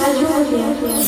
Radio Voltaire.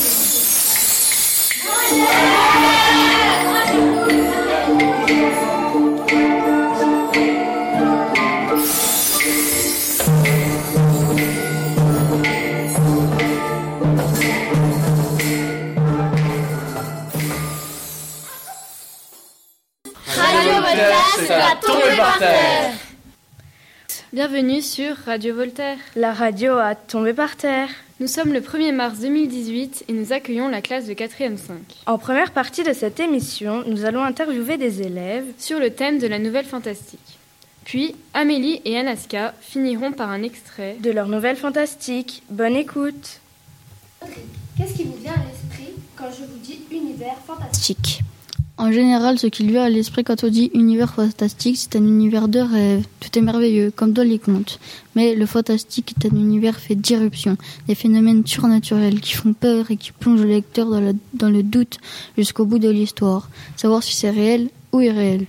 C'est à tomber par terre. Bienvenue sur Radio Voltaire. La radio a tombé par terre. Nous sommes le 1er mars 2018 et nous accueillons la classe de 4e 5. En première partie de cette émission, nous allons interviewer des élèves sur le thème de la nouvelle fantastique. Puis, Amélie et Anaska finiront par un extrait de leur nouvelle fantastique. Bonne écoute. Qu'est-ce qui vous vient à l'esprit quand je vous dis univers fantastique ? En général, ce qui lui vient à l'esprit quand on dit univers fantastique, c'est un univers de rêve. Tout est merveilleux, comme dans les contes. Mais le fantastique est un univers fait d'irruptions, des phénomènes surnaturels qui font peur et qui plongent le lecteur dans le doute jusqu'au bout de l'histoire. Savoir si c'est réel ou irréel.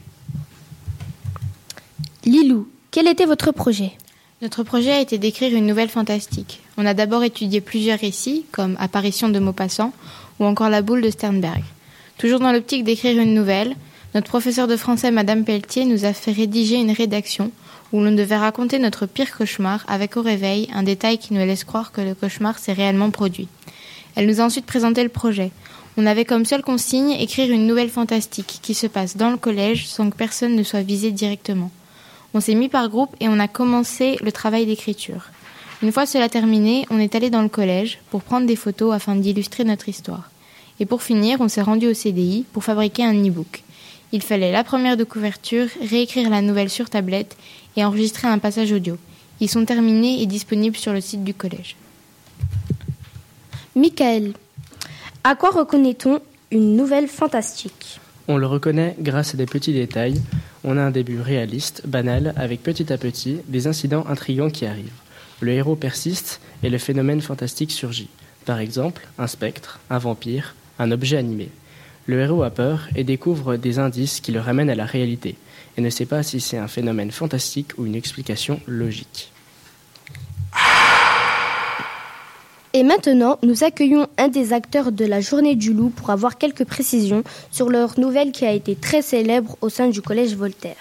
Lilou, quel était votre projet ? Notre projet a été d'écrire une nouvelle fantastique. On a d'abord étudié plusieurs récits, comme Apparition de Maupassant ou encore La boule de Sternberg. Toujours dans l'optique d'écrire une nouvelle, notre professeur de français, Madame Pelletier, nous a fait rédiger une rédaction où l'on devait raconter notre pire cauchemar avec au réveil un détail qui nous laisse croire que le cauchemar s'est réellement produit. Elle nous a ensuite présenté le projet. On avait comme seule consigne écrire une nouvelle fantastique qui se passe dans le collège sans que personne ne soit visé directement. On s'est mis par groupe et on a commencé le travail d'écriture. Une fois cela terminé, on est allé dans le collège pour prendre des photos afin d'illustrer notre histoire. Et pour finir, on s'est rendu au CDI pour fabriquer un e-book. Il fallait la première de couverture, réécrire la nouvelle sur tablette et enregistrer un passage audio. Ils sont terminés et disponibles sur le site du collège. Michael, à quoi reconnaît-on une nouvelle fantastique ? On le reconnaît grâce à des petits détails. On a un début réaliste, banal, avec petit à petit des incidents intrigants qui arrivent. Le héros persiste et le phénomène fantastique surgit. Par exemple, un spectre, un vampire, un objet animé. Le héros a peur et découvre des indices qui le ramènent à la réalité et ne sait pas si c'est un phénomène fantastique ou une explication logique. Et maintenant, nous accueillons un des acteurs de la Journée du Loup pour avoir quelques précisions sur leur nouvelle qui a été très célèbre au sein du Collège Voltaire.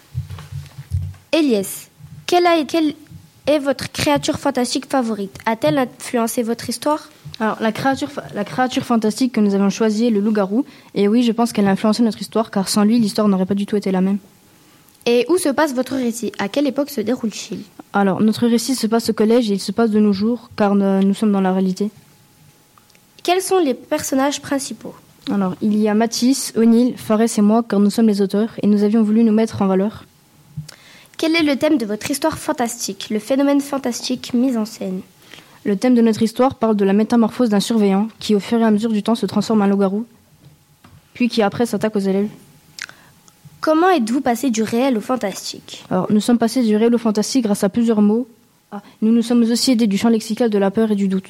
Elias, quelle est votre créature fantastique favorite ? A-t-elle influencé votre histoire ? Alors, la créature fantastique que nous avons choisie est le loup-garou. Et oui, je pense qu'elle a influencé notre histoire, car sans lui, l'histoire n'aurait pas du tout été la même. Et où se passe votre récit ? À quelle époque se déroule-t-il ? Alors, notre récit se passe au collège et il se passe de nos jours, car nous sommes dans la réalité. Quels sont les personnages principaux ? Alors, il y a Mathis, O'Neill, Fares et moi, car nous sommes les auteurs, et nous avions voulu nous mettre en valeur. Quel est le thème de votre histoire fantastique, le phénomène fantastique mis en scène ? Le thème de notre histoire parle de la métamorphose d'un surveillant qui, au fur et à mesure du temps, se transforme en loup-garou, puis qui après s'attaque aux élèves. Comment êtes-vous passé du réel au fantastique ? Alors, nous sommes passés du réel au fantastique grâce à plusieurs mots. Nous nous sommes aussi aidés du champ lexical de la peur et du doute.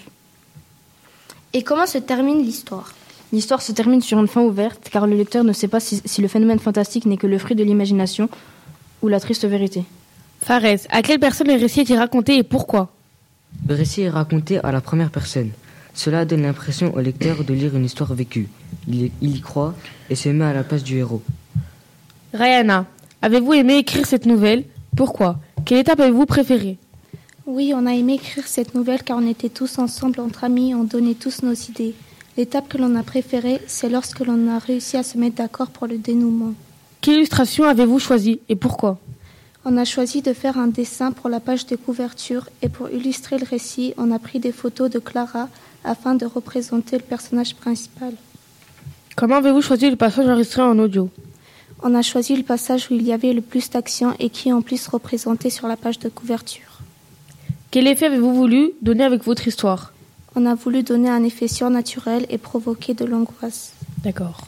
Et comment se termine l'histoire ? L'histoire se termine sur une fin ouverte, car le lecteur ne sait pas si le phénomène fantastique n'est que le fruit de l'imagination ou la triste vérité. Fares, à quelle personne le récit est raconté et pourquoi ? Le récit est raconté à la première personne. Cela donne l'impression au lecteur de lire une histoire vécue. Il y croit et se met à la place du héros. Rayana, avez-vous aimé écrire cette nouvelle ? Pourquoi ? Quelle étape avez-vous préférée ? Oui, on a aimé écrire cette nouvelle car on était tous ensemble entre amis, on donnait tous nos idées. L'étape que l'on a préférée, c'est lorsque l'on a réussi à se mettre d'accord pour le dénouement. Quelle illustration avez-vous choisi et pourquoi ? On a choisi de faire un dessin pour la page de couverture et pour illustrer le récit, on a pris des photos de Clara afin de représenter le personnage principal. Comment avez-vous choisi le passage enregistré en audio ? On a choisi le passage où il y avait le plus d'action et qui est en plus représenté sur la page de couverture. Quel effet avez-vous voulu donner avec votre histoire ? On a voulu donner un effet surnaturel et provoquer de l'angoisse. D'accord.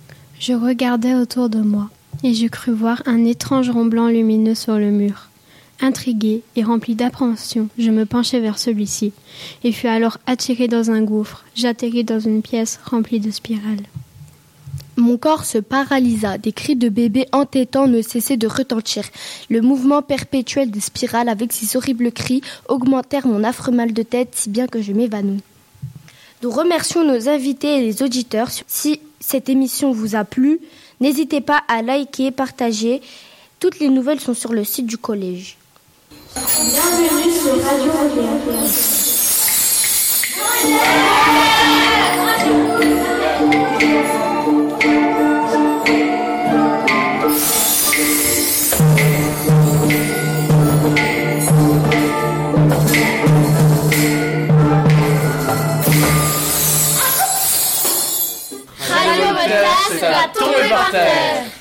Je regardais autour de moi et je crus voir un étrange rond blanc lumineux sur le mur. Intriguée et remplie d'appréhension, je me penchai vers celui-ci et fus alors attirée dans un gouffre. J'atterris dans une pièce remplie de spirales. Mon corps se paralysa, des cris de bébé entêtants ne cessaient de retentir. Le mouvement perpétuel des spirales avec ces horribles cris augmentèrent mon affreux mal de tête si bien que je m'évanouis. Nous remercions nos invités et les auditeurs. Si cette émission vous a plu, n'hésitez pas à liker, partager. Toutes les nouvelles sont sur le site du collège. Bienvenue sur Radio Réveil. Radio Voltaire sera tombé par terre.